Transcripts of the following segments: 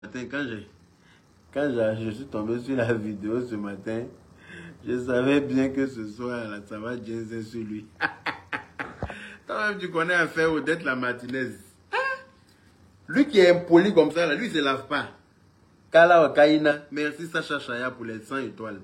matin, je suis tombé sur la vidéo ce matin, je savais bien que ce soir, là, ça va jaser sur lui. Toi-même, tu connais à faire Odette la Martinez. Lui qui est impoli comme ça, là, lui, il ne se lave pas. Kala Wakaina, merci Sacha Chaya pour les 100 étoiles.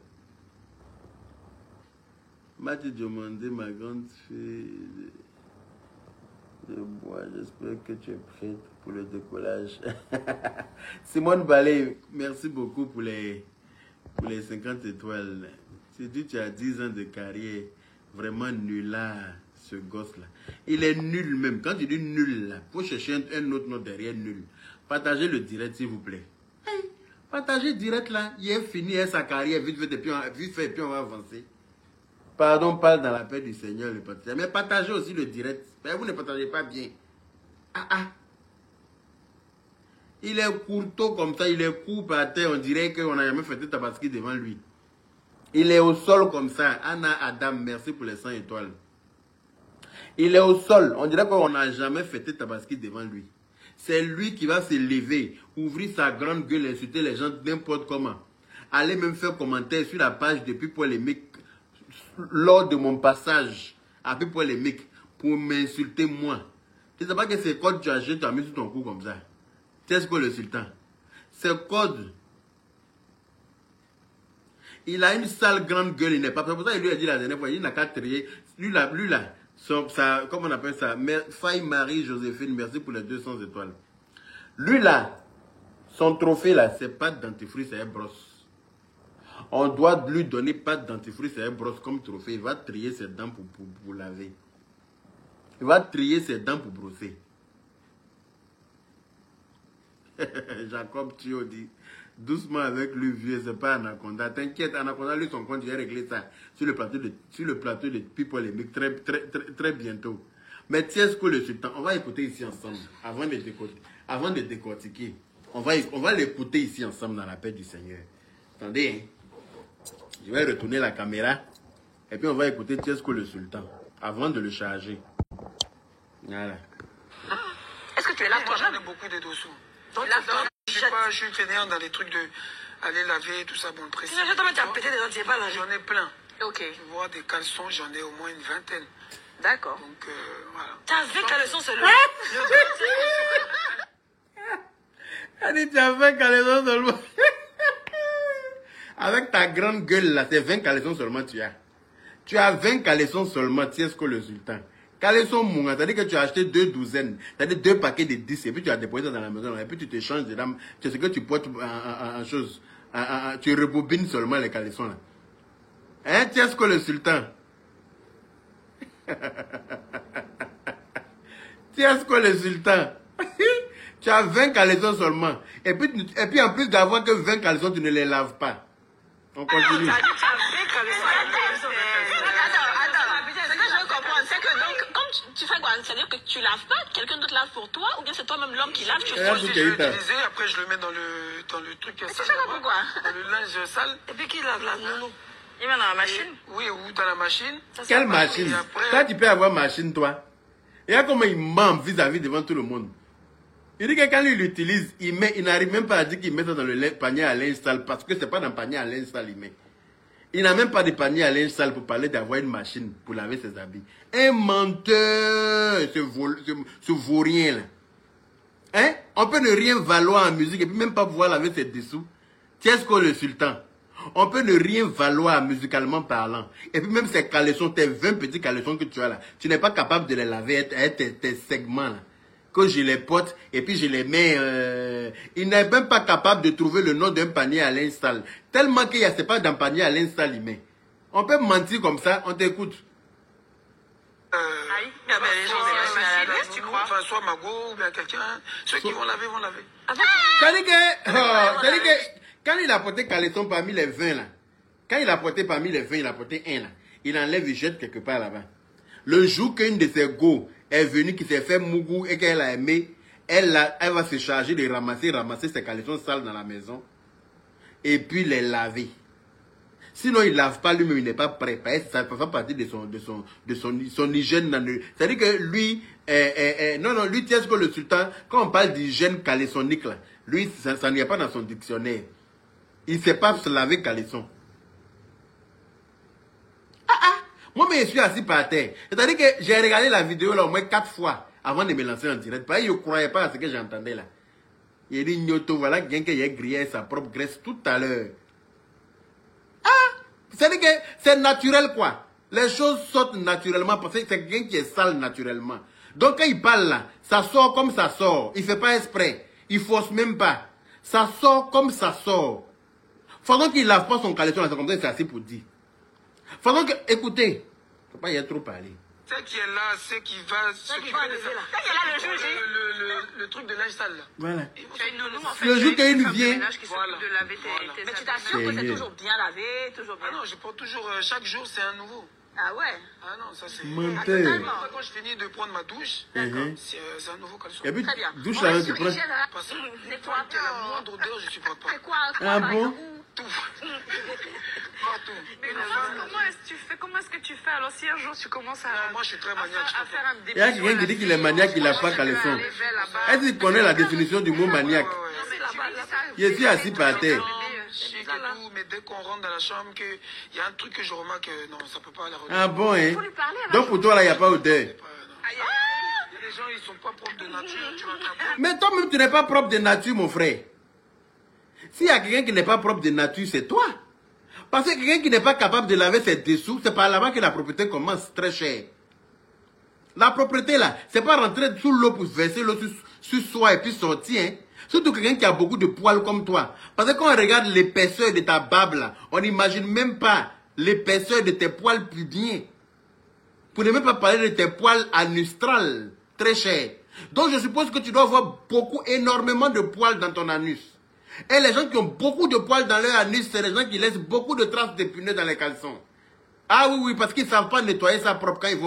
M'a-t-il demandé, ma grande fille de bois, j'espère que tu es prête pour le décollage. Simone Ballet, merci beaucoup pour les 50 étoiles. Tu dis tu as 10 ans de carrière, vraiment nul là, ce gosse-là. Il est nul même. Quand tu dis nul là, il faut chercher un autre nom derrière nul. Partagez le direct s'il vous plaît. Hey, partagez direct là, il est fini sa carrière, vite fait, et puis on va avancer. Pardon, parle dans la paix du Seigneur, le partage. Mais partagez aussi le direct. Mais vous ne partagez pas bien. Il est courteau comme ça, il est court par terre. On dirait qu'on n'a jamais fait Tabaski devant lui. Il est au sol comme ça. Anna Adam, merci pour les 100 étoiles. Il est au sol. On dirait qu'on n'a jamais fêté Tabaski devant lui. C'est lui qui va se lever, ouvrir sa grande gueule, insulter les gens n'importe comment. Aller même faire commentaire sur la page depuis Polémique lors de mon passage à Polémique pour m'insulter moi. Tu ne sais pas que ces codes tu as acheté, tu as mis sur ton cou comme ça. C'est quoi le sultan? Ces codes. Il a une sale grande gueule, il n'est pas. C'est pour ça qu'il lui a dit la dernière fois, il n'a qu'à trier. Lui là, comment on appelle ça? Faye Marie Joséphine, merci pour les 200 étoiles. Lui là, son trophée là, c'est pas de dentifrice, c'est un brosse. On doit lui donner pas de dentifrice et un brosse comme trophée. Il va trier ses dents pour laver. Il va trier ses dents pour brosser. Jacob Thio dit, doucement avec lui vieux, c'est pas Anaconda. T'inquiète, Anaconda, lui, son compte, il a réglé ça sur le plateau de Polémique très bientôt. Mais Tiesco le sultan, on va écouter ici ensemble, avant de décortiquer. On va l'écouter ici ensemble dans la paix du Seigneur. Attendez, hein. Je vais retourner la caméra et puis on va écouter Tiesco le sultan avant de le charger. Voilà. Est-ce que tu es là toi? J'en ai beaucoup de dessous. Je suis fainéant dans les trucs de aller laver, tout ça, bon, précis. J'en ai plein. Ok. Tu vois, des caleçons, j'en ai au moins une vingtaine. D'accord. Donc, voilà. T'as 20 caleçons seulement? Elle dit, tu as 20 caleçons seulement. Avec ta grande gueule là, c'est 20 caleçons seulement tu as. Tu as 20 caleçons seulement, Tiesco le sultan. Caleçons mounga, c'est-à-dire que tu as acheté 2 douzaines, c'est-à-dire 2 paquets de 10 et puis tu as déposé ça dans la maison et puis tu te changes dedans. Tu sais ce que tu portes en chose. Tu rebobines seulement les caleçons là. Hein, Tiesco le sultan? Tiesco le sultan? Tu as 20 caleçons seulement. Et puis en plus d'avoir que 20 caleçons, tu ne les laves pas. On continue. Attends, ce que je veux comprendre, c'est que donc, comme tu fais quoi? C'est-à-dire que tu laves pas, quelqu'un d'autre lave pour toi, ou bien c'est toi-même l'homme qui lave, tu je vais l'utiliser, après je le mets dans le truc sale. C'est ça pourquoi? Dans le linge sale. Et puis qui lave la nounou? Il met dans la machine? Oui, ou dans la machine. Quelle machine? Toi, tu peux avoir machine, toi. Et là, comment il ment vis-à-vis devant tout le monde. Il dit que quand il l'utilise, il n'arrive même pas à dire qu'il met ça dans le panier à linge sale parce que c'est pas dans le panier à linge sale il met. Il n'a même pas de panier à linge sale pour parler d'avoir une machine pour laver ses habits. Un menteur, ce vaurien là. Hein? On peut ne rien valoir en musique et puis même pas pouvoir laver ses dessous. Tiesco le sultan. On peut ne rien valoir musicalement parlant. Et puis même ces caleçons, tes 20 petits caleçons que tu as là, tu n'es pas capable de les laver avec tes segments là. Que je les porte et puis je les mets. Il n'est même pas capable de trouver le nom d'un panier à linge sale. Tellement qu'il y a, c'est pas d'un panier à linge sale, il met. On peut mentir comme ça, on t'écoute. Tu crois? Enfin, soit Mago ou bien quelqu'un. Ceux qui vont laver, vont laver. C'est-à-dire que quand il a porté caleçon parmi les 20 là, quand il a porté parmi les 20, il a porté un là, il enlève, il jette quelque part là-bas. Le jour qu'une de ses go est venue, qui s'est fait mougou et qu'elle a aimé, elle va se charger de ramasser ses caleçons sales dans la maison et puis les laver. Sinon, il ne lave pas lui-même, il n'est pas prêt. Ça fait partie de son hygiène. C'est-à-dire que lui, non, lui, Tiesco le sultan, quand on parle d'hygiène caleçonnique, là, lui, ça n'y a pas dans son dictionnaire. Il ne sait pas se laver caleçon. Moi, mais je suis assis par terre. C'est-à-dire que j'ai regardé la vidéo là au moins 4 fois avant de me lancer en direct. Parce que je ne croyais pas à ce que j'entendais là. Il dit Nyoto, voilà quelqu'un qui a grillé sa propre graisse tout à l'heure. C'est-à-dire que c'est naturel quoi. Les choses sortent naturellement parce que c'est quelqu'un qui est sale naturellement. Donc quand il parle là, ça sort comme ça sort. Il ne fait pas exprès. Il ne force même pas. Ça sort comme ça sort. Pendant qu'il ne lave pas son caleçon là, c'est comme ça, c'est assez pour dire. Pendant que, écoutez, il ne faut pas y être trop parler. C'est qui est là, c'est qui va s'occuper de ça. Le truc de linge sale là. Voilà. Le Le jour qu'il vient. Voilà. Mais tu t'assures que c'est toujours bien lavé, toujours bien. Ah non, je porte toujours, chaque jour c'est un nouveau. Ah ouais. Ah non, ça c'est... Menteur. Quand je finis de prendre ma douche, c'est un nouveau caleçon. Et puis, Très bien. douche là, tu prends. Parce que la moindre odeur, je supporte pas. C'est quoi Ah bon? Tout. Partout. Mais comment est-ce que tu fais alors si un jour tu commences à... Moi je suis très maniaque. à faire un début. Il y a quelqu'un qui dit qu'il est maniaque, il n'a pas caleçon. Est-ce qu'il connaît la définition du mot maniaque? Je suis assis par terre. Chic et tout, mais dès qu'on rentre dans la chambre, il y a un truc que je remarque, non, ça peut pas aller. Ah bon, hein? Donc pour toi là, il n'y a pas odeur. Les gens, ils sont pas propres de nature, tu vois. Mais toi-même, tu n'es pas propre de nature, mon frère. S'il y a quelqu'un qui n'est pas propre de nature, c'est toi. Parce que quelqu'un qui n'est pas capable de laver ses dessous, c'est par là-bas que la propriété commence très cher. La propriété là, c'est pas rentrer sous l'eau pour verser l'eau sur soi et puis sortir, hein. Surtout quelqu'un qui a beaucoup de poils comme toi. Parce que quand on regarde l'épaisseur de ta barbe là, on n'imagine même pas l'épaisseur de tes poils pubiens. Pour ne même pas parler de tes poils anustrales, très chers. Donc je suppose que tu dois avoir énormément de poils dans ton anus. Et les gens qui ont beaucoup de poils dans leur anus, c'est les gens qui laissent beaucoup de traces de punais dans les caleçons. Ah oui, parce qu'ils ne savent pas nettoyer ça propre quand ils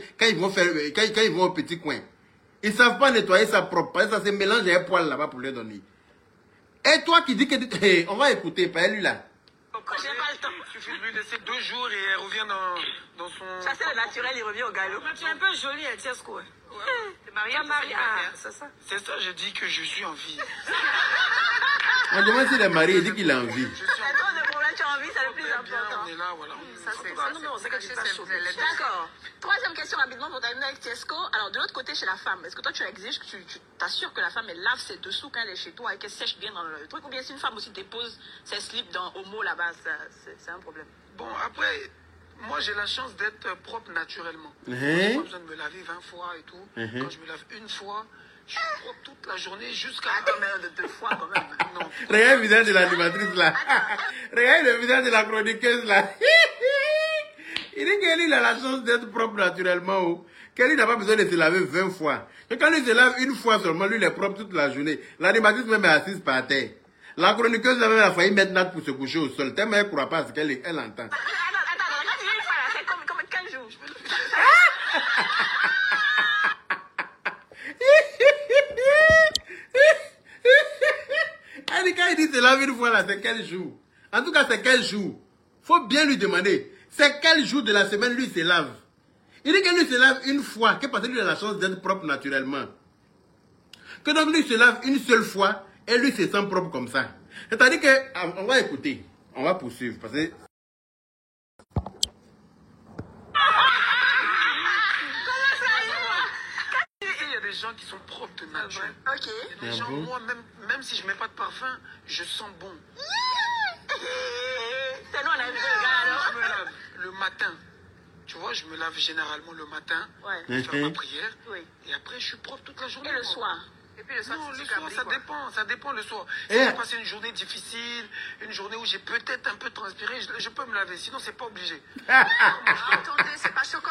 vont au petit coin. Ils ne savent pas nettoyer ça propre. Parce que ça se mélange avec un poil là-bas pour leur donner. Et toi qui dis que... Hey, on va écouter, pas lui là. J'ai pas le temps. Il suffit de lui laisser 2 jours et elle revient dans son... Ça c'est le naturel, il revient au galop. Tu es un peu jolie, elle tient ce coup. C'est Maria, c'est ça. C'est ça, je dis que je suis en vie. On demande s'il est marié, il dit qu'il a envie. Je suis en vie. C'est toi le problème, tu as envie, c'est le plus Bien, important. on est là, voilà. Non, c'est que tu passes chaud. D'accord. Troisième question rapidement pour terminer avec Tiesco. Alors, de l'autre côté, chez la femme, est-ce que toi, tu exiges que tu t'assures que la femme, elle lave ses dessous quand elle est chez toi et qu'elle sèche bien dans le truc? Ou bien si une femme aussi dépose ses slips dans Homo là-bas, c'est un problème? Bon, après, moi, j'ai la chance d'être propre naturellement. Hein? J'ai pas besoin de me laver 20 fois et tout. Quand je me lave une fois, je suis propre toute la journée jusqu'à... Attends, mais de 2 fois quand même. Non. Regarde le visage de l'animatrice là. Regarde le visage de la chroniqueuse là. Il dit que lui, il a la chance d'être propre naturellement. Oh. Que lui n'a pas besoin de se laver 20 fois. Et quand lui se lave une fois seulement, lui, il est propre toute la journée. L'animatrice même est assise par terre. La chroniqueuse là, même a failli mettre Nat pour se coucher au sol. Tellement elle ne croit pas à ce qu'elle entend. Attends, quand tu dis une fois là, c'est comme 15 jours. Elle dit quand il dit se lave une fois là, c'est quel jour? En tout cas, c'est quel jour? Faut bien lui demander. C'est quel jour de la semaine lui se lave? Il dit que lui se lave une fois, que parce que lui a la chance d'être propre naturellement. Que donc lui se lave une seule fois et lui se sent propre comme ça. C'est-à-dire que, on va écouter, on va poursuivre parce que... Il y a des gens qui sont propres de nature. Ok. Il y a des gens, moi, même si je ne mets pas de parfum, je sens bon. C'est nous, on a vu le gars alors. Je me lave le matin. Tu vois, je me lave généralement le matin. Ouais. Pour faire ma prière. Oui. Et après, je suis propre toute la journée. Et le soir? Et puis le soir, Non, tu le te soir, cabris, ça quoi. dépend. Ça dépend le soir. Si Eh. j'ai passé une journée difficile, une journée où j'ai peut-être un peu transpiré, je peux me laver. Sinon, c'est pas obligé. Attendez, c'est pas choquant.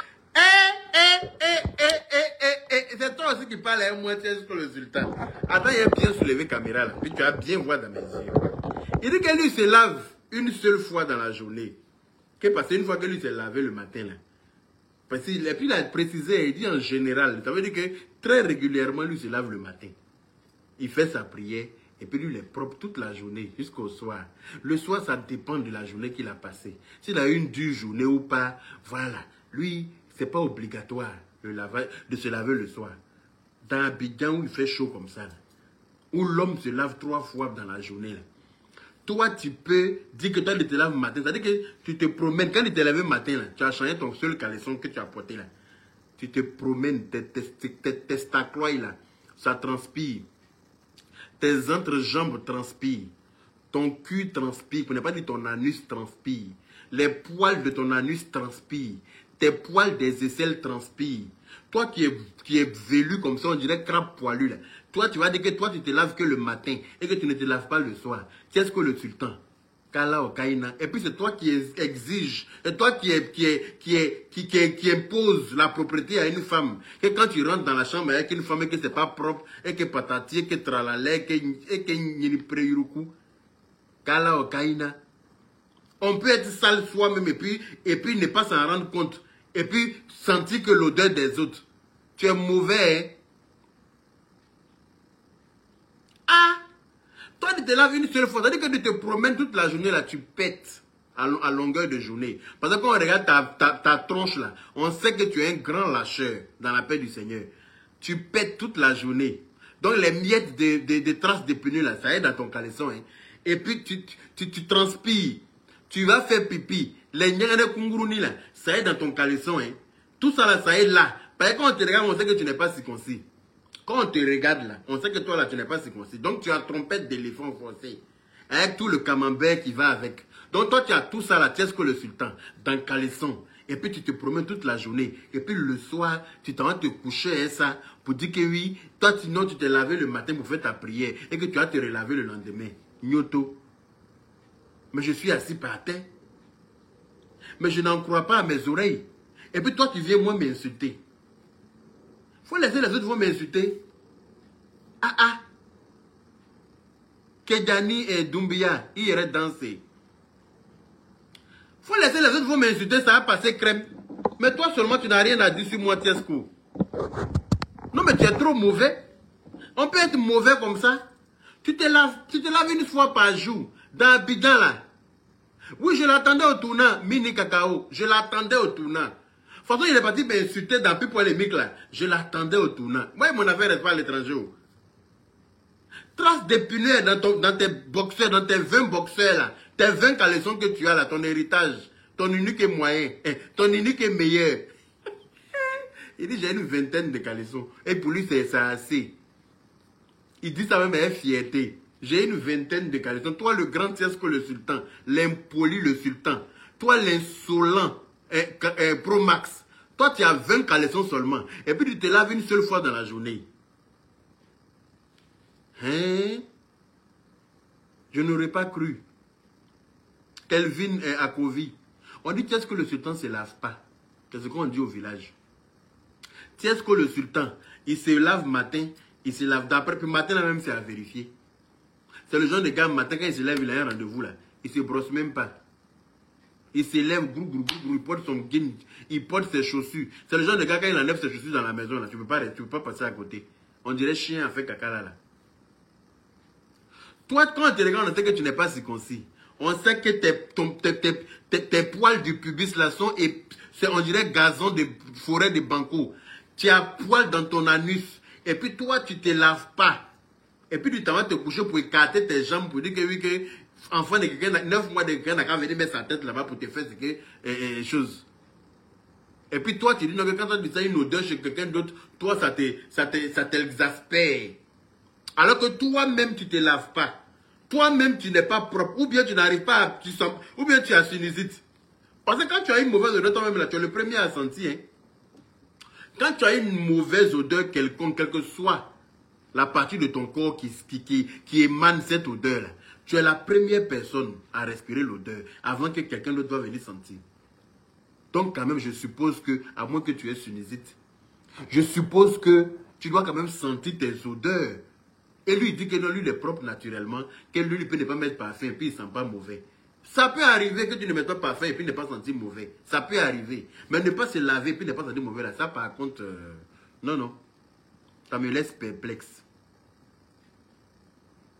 C'est toi aussi qui parles à moi, tu es sur le sultan. Attends, il a bien soulevé caméra là, puis tu as bien voir dans mes yeux. Il dit que lui se lave une seule fois dans la journée. Que parce qu'une fois que lui s'est lavé le matin là. Parce qu'il, et puis il a précisé, il dit en général, ça veut dire que très régulièrement lui se lave le matin. Il fait sa prière Et puis lui, il est propre toute la journée, jusqu'au soir. Le soir, ça dépend de la journée qu'il a passée. S'il a eu une dure journée ou pas, voilà. Lui, c'est pas obligatoire de se laver le soir. Dans Abidjan, où il fait chaud comme ça, là, où l'homme se lave 3 fois dans la journée, là. Toi, tu peux dire que toi, tu te laves le matin. C'est-à-dire que tu te promènes. Quand tu te laves le matin, là, tu as changé ton seul caleçon que tu as porté là. Tu te promènes, tes testacroix là, ça transpire. Tes entrejambes transpirent. Ton cul transpire. Pour ne pas dire ton anus transpire. Les poils de ton anus transpirent. Tes poils des aisselles transpirent. Toi qui es velu comme ça, on dirait crabe poilu là. Toi, tu vas dire que toi, tu te laves que le matin et que tu ne te laves pas le soir. Qu'est-ce que le sultan? Kala Okaina. Et puis c'est toi qui exige, et toi qui impose la propriété à une femme. Que quand tu rentres dans la chambre avec une femme et que c'est pas propre, et que patati, et que tralalé, et que nyini preyuruku. Kala Okaina. On peut être sale soi-même et puis ne pas s'en rendre compte. Et puis sentir que l'odeur des autres. Tu es mauvais, hein? Ah! Toi, tu te laves une seule fois. C'est-à-dire que tu te promènes toute la journée, là, tu pètes à longueur de journée. Parce que quand on regarde ta tronche, là, on sait que tu es un grand lâcheur dans la paix du Seigneur. Tu pètes toute la journée. Donc, les miettes de traces de pneus, là, ça aide dans ton caleçon. Hein. Et puis, tu transpires. Tu vas faire pipi. Les nyangane kunguruni, là, ça aide dans ton caleçon. Hein. Tout ça, là, ça aide là. Parce que quand on te regarde, on sait que tu n'es pas circoncis. Quand on te regarde là, on sait que toi là, tu n'es pas circoncis. Donc tu as trompette d'éléphant forcé. Avec tout le camembert qui va avec. Donc toi, tu as tout ça là, tu es ce que le sultan, dans le caleçon. Et puis tu te promènes toute la journée. Et puis le soir, tu t'en vas te coucher hein, ça, pour dire que oui, toi sinon tu t'es lavé le matin pour faire ta prière. Et que tu vas te relaver le lendemain. Nyoto. Mais je suis assis par terre. Mais je n'en crois pas à mes oreilles. Et puis toi, tu viens moi m'insulter. Faut laisser les autres vont m'insulter. Ah ah. Kedjani et Doumbia, ils iraient danser. Faut laisser les autres vont m'insulter, ça va passer crème. Mais toi seulement, tu n'as rien à dire sur moi, Tiesco. Non, mais tu es trop mauvais. On peut être mauvais comme ça. Tu te laves une fois par jour. Dans Abidjan là. Oui, je l'attendais au tournant. Mini cacao. Je l'attendais au tournant. De toute façon, il est parti m'insulter dans plus polémique là. Je l'attendais au tournant. Moi, mon affaire n'est pas à l'étranger. Trace des punais dans tes boxeurs, dans tes 20 boxeurs là. Tes 20 caleçons que tu as là, ton héritage. Ton unique est moyen. Ton unique est meilleur. Il dit, j'ai une vingtaine de caleçons. Et pour lui, c'est assez. Il dit ça même avec fierté. J'ai une vingtaine de caleçons. Toi, le grand Tiesco le sultan. L'impoli le sultan. Toi, l'insolent. Pro Max. Toi, tu as 20 caleçons seulement. Et puis, tu te laves une seule fois dans la journée. Hein? Je n'aurais pas cru. Kelvin Akovi. On dit qu'est-ce que le sultan ne se lave pas. C'est ce qu'on dit au village. Qu'est-ce que le sultan, il se lave matin, il se lave d'après. Puis matin, là même, c'est à vérifier. C'est le genre de gars, matin, quand il se lève, il a un rendez-vous là. Il ne se brosse même pas. Il se lève, il porte son guin, il porte ses chaussures. C'est le genre de gars, quand il enlève ses chaussures dans la maison, là, tu ne peux pas passer à côté. On dirait chien a fait caca là. Toi, quand on te regarde, on sait que tu n'es pas circoncis. On sait que tes poils du pubis là sont, on dirait gazon de forêt de Banco. Tu as poils dans ton anus. Et puis toi, tu ne te laves pas. Et puis tu t'en vas te coucher pour écarter tes jambes, pour dire que oui, que enfant de quelqu'un, 9 mois de quelqu'un n'a qu'à venir mettre sa tête là-bas pour te faire ce choses. Et puis toi, tu dis non, que quand tu as une odeur chez quelqu'un d'autre, toi, ça t'exaspère. Alors que toi-même, tu ne te laves pas. Toi-même, tu n'es pas propre. Ou bien tu n'arrives pas à... ou bien tu as sinusite. Parce que quand tu as une mauvaise odeur, toi-même, là, tu es le premier à sentir. Hein. Quand tu as une mauvaise odeur quelconque, quelle que soit la partie de ton corps qui émane cette odeur-là, tu es la première personne à respirer l'odeur avant que quelqu'un d'autre va venir sentir. Donc quand même, je suppose que, à moins que tu aies sinusite, je suppose que tu dois quand même sentir tes odeurs. Et lui, il dit que non, lui, il est propre naturellement, que lui, il peut ne pas mettre parfum et puis il ne sent pas mauvais. Ça peut arriver que tu ne mettes pas parfum et puis ne pas sentir mauvais. Ça peut arriver. Mais ne pas se laver et puis ne pas sentir mauvais là, ça par contre, non, non. Ça me laisse perplexe.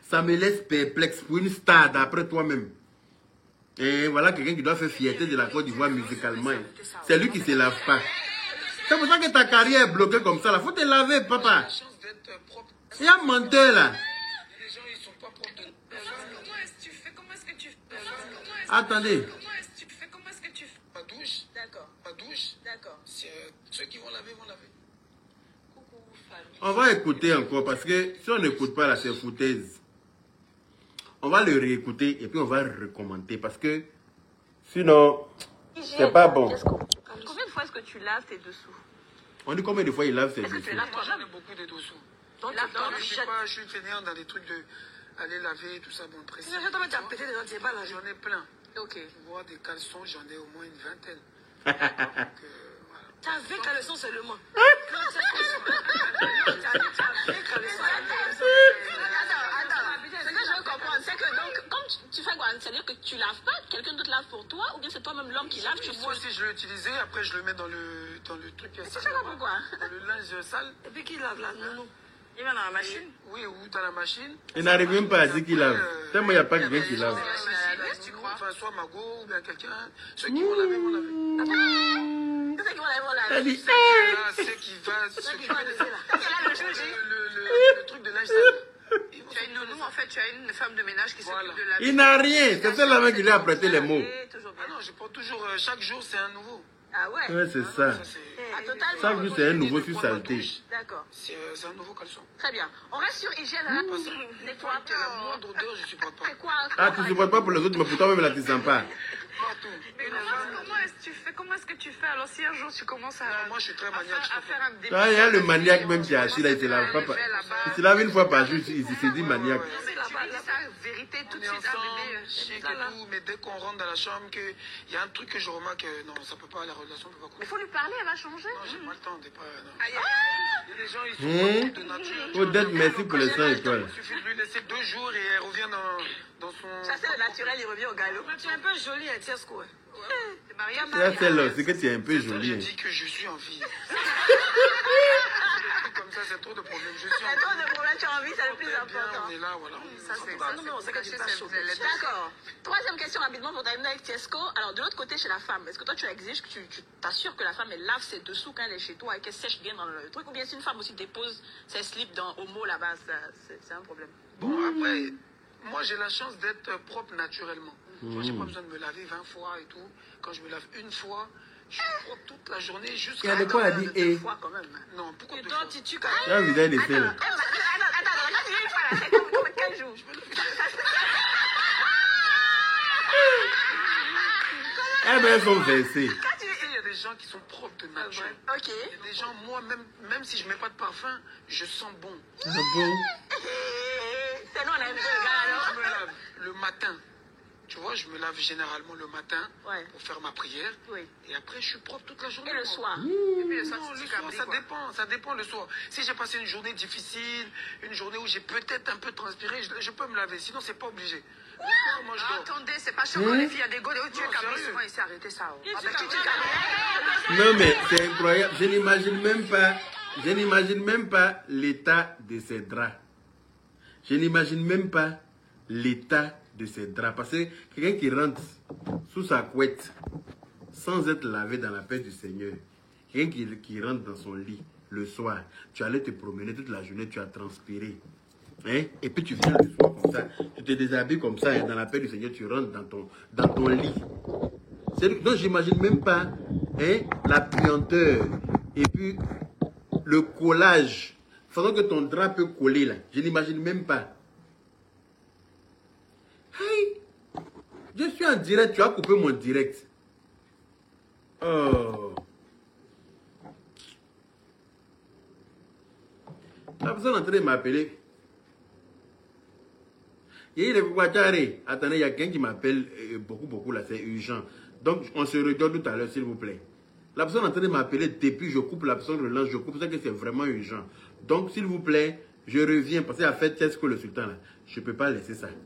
Ça me laisse perplexe pour une star d'après toi-même. Et voilà quelqu'un qui doit faire fierté de la Côte d'Ivoire musicalement. C'est lui qui ne se lave pas. C'est pour ça que ta carrière est bloquée comme ça. Il faut te laver, papa. Il y a un menteur là. Les gens, ils sont pas propres de... Comment est-ce que tu fais? Comment est-ce que tu fais? Attendez. Comment est-ce que tu fais? Comment est-ce que tu fais? Ma douche, D'accord, ma douche, d'accord. ceux qui vont laver, vont laver. Coucou, famille. On va écouter encore parce que si on n'écoute pas là, c'est foutaise. On va le réécouter et puis on va recommander parce que sinon, c'est pas bon. Combien de fois est-ce que tu laves tes dessous? On dit combien de fois il lave ses Est-ce que tu dessous? laves Moi, j'en toi-même? ai beaucoup de dessous. Donc, Je suis fainéant dans les trucs de aller laver, tout ça, bon, précis. J'en ai plein. Ok. Je vois des caleçons, j'en ai au moins une vingtaine. T'as 20 caleçons seulement. Ce que je veux comprendre, c'est que donc, quand tu fais quoi? C'est-à-dire que tu laves pas, quelqu'un d'autre lave pour toi, ou bien c'est toi-même l'homme qui lave? Moi aussi, je l'ai utilisé, après je le mets dans le truc Tu fais quoi pourquoi? dans le linge sale. Et puis qui lave là? Non. Il va dans la machine. Oui, ou dans la machine. Il n'arrive même pas à dire qu'il lave. Tellement il n'y a pas quelqu'un qui lave. Tu crois? Enfin, soit Mago ou bien quelqu'un. Ceux qui vont laver, vont laver. C'est qui va laver? Elle dit, Ceux qui vont laver le truc de linge sale. Tu as une nounou, en fait, tu as une femme de ménage qui s'occupe de la... il n'a rien. C'est celle là qui lui a prêté les mots. Toujours Ah bien. non, je prends toujours, chaque jour c'est un nouveau. Ah ouais? Ouais, c'est ça. Ça, c'est Ah, totalement. Chaque jour, c'est un nouveau sur Prendre ma saleté. douche, D'accord. c'est un nouveau caleçon. Très bien. On reste sur hygiène. Hein? Nettoie, la moindre odeur, je supporte pas. C'est quoi? Ah, tu ne supportes pas pour les autres, mais pour toi-même là, tu ne sens pas. Partout. Mais comment est-ce que tu fais? Alors, si un jour tu commences à... Moi, je suis très maniaque. à faire un débat... Ah, il y a le maniaque même qui est assis là, il se lave pas. Il se lave une fois par jour, il se dit maniaque. Mais tu dis sa vérité tout On de est suite à ensemble, bébé. chic et tout, mais dès qu'on rentre dans la chambre, il y a un truc que je remarque, non, ça peut pas, la relation peut pas Mais couper. faut lui parler, elle va changer. Non, j'ai pas le temps, pas, non. Aïe, Il y a des gens, ils sont de nature. Odette, merci pour les 100 étoiles. Il suffit de lui laisser 2 jours et elle revient dans son... Ça, c'est le naturel, il revient au galop. Tu es un peu jolie, hein, Tiesco. t'es mariée à C'est celle-là, c'est que tu es un peu Je jolie. dis que je suis en vie. Comme ça, c'est trop de problèmes. Je suis C'est en trop vie. de problèmes, tu as envie, c'est le plus Bien, important. on est là, voilà. Ça, c'est que tu vas chauffer. D'accord. Troisième question rapidement pour terminer avec Tiesco. Alors, de l'autre côté, chez la femme, est-ce que toi, tu exiges que tu t'assures que la femme, elle lave ses dessous quand elle est chez toi et qu'elle sèche bien dans le truc? Ou bien si une femme aussi dépose ses slips dans Homo là-bas, c'est un problème? Bon, après, moi, j'ai la chance d'être propre naturellement. Moi, j'ai pas besoin de me laver 20 fois et tout. Quand je me lave une fois, je suis propre toute la journée jusqu'à... Il y a de quoi à dire, Deux fois quand même. Non, pourquoi Et deux toi, fois? tu tues Il y a un visage de sel. Attends, quand tu dis une fois là, c'est comme quel jour? Eh ben, elles sont versées. Tu sais, il y a des gens qui sont propres de nature. Ok. Il y a des gens, moi, même si je mets pas de parfum, je sens bon. Ah bon? C'est nous, on aime ça, Je alors. me lave le matin. Tu vois, je me lave généralement le matin Ouais. pour faire ma prière. Oui. Et après, je suis propre toute la journée. Et le moi. soir? Et puis le soir, Non, tu le te soir, cabris, ça quoi. dépend. Ça dépend le soir. Si j'ai passé une journée difficile, une journée où j'ai peut-être un peu transpiré, je peux me laver. Sinon, c'est pas obligé. Le soir, moi, je Ah, dors. attendez, c'est pas choquant, les filles, il y a des gars où tu es Non, cabri sérieux. souvent, il s'est arrêté ça. Oh. Ah, ben, tu cabris. Non, mais c'est incroyable. Je n'imagine même pas l'état de ces draps. Je n'imagine même pas l'état de ces draps. Parce que quelqu'un qui rentre sous sa couette sans être lavé dans la paix du Seigneur, quelqu'un qui rentre dans son lit le soir, tu allais te promener toute la journée, tu as transpiré. Hein? Et puis tu viens le soir comme ça, tu te déshabilles comme ça, et dans la paix du Seigneur, tu rentres dans ton lit. Donc j'imagine même pas hein, la puanteur et puis le collage. Façon que ton drap peut coller là. Je n'imagine même pas. Hey, je suis en direct, tu as coupé mon direct. Oh. La personne est en train de m'appeler. Attendez, il y a quelqu'un qui m'appelle beaucoup là, c'est urgent. Donc, on se regarde tout à l'heure, s'il vous plaît. La personne est en train de m'appeler depuis, je coupe, la personne relance, je coupe, c'est que c'est vraiment urgent. Donc, s'il vous plaît, je reviens, parce qu'il a fait test que le sultan là. Je ne peux pas laisser ça.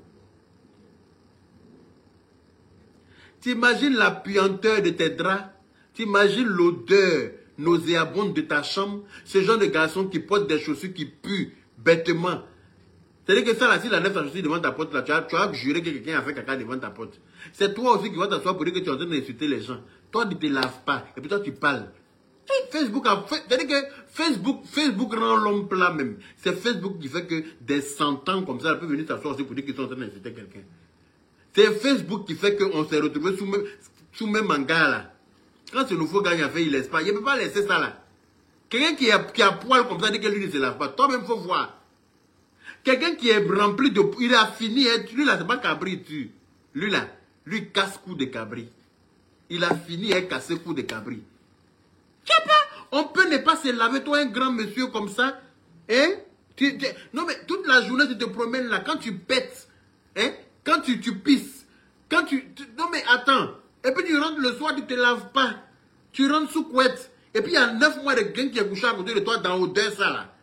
T'imagines la puanteur de tes draps? T'imagines l'odeur nauséabonde de ta chambre? Ce genre de garçon qui porte des chaussures qui puent bêtement. C'est-à-dire que ça, là, si la nef s'associe devant ta porte, là, tu as juré que quelqu'un a fait caca devant ta porte. C'est toi aussi qui vas t'asseoir pour dire que tu es en train d'insulter les gens. Toi, tu ne te laves pas. Et puis toi, tu parles. Et Facebook a fait. C'est-à-dire que Facebook rend l'homme plat même. C'est Facebook qui fait que des centaines comme ça, elle peut venir s'asseoir aussi pour dire qu'ils sont en train d'insulter quelqu'un. C'est Facebook qui fait qu'on s'est retrouvé sous même manga là. Quand ce nouveau gars a fait, il laisse pas. Il ne peut pas laisser ça là. Quelqu'un qui a poil comme ça, dit que lui ne se lave pas. Toi-même, il faut voir. Quelqu'un qui est rempli de... Il a fini, hein, lui là, c'est pas cabri, tu. Lui là, lui casse cou de cabri. Il a fini à casser cou de cabri. Tu sais pas, on peut ne pas se laver, toi un grand monsieur comme ça. Hein? Non mais toute la journée tu te promènes là, quand tu pètes, hein? Quand tu pisses, non mais attends. Et puis tu rentres le soir, tu te laves pas. Tu rentres sous couette. Et puis il y a 9 mois de quelqu'un qui est couché à côté de toi dans l'odeur ça là.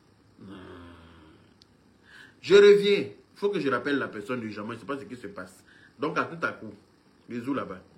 Je reviens. Il faut que je rappelle la personne du jamais. Je ne sais pas ce qui se passe. Donc, à tout à coup. Bisous là-bas.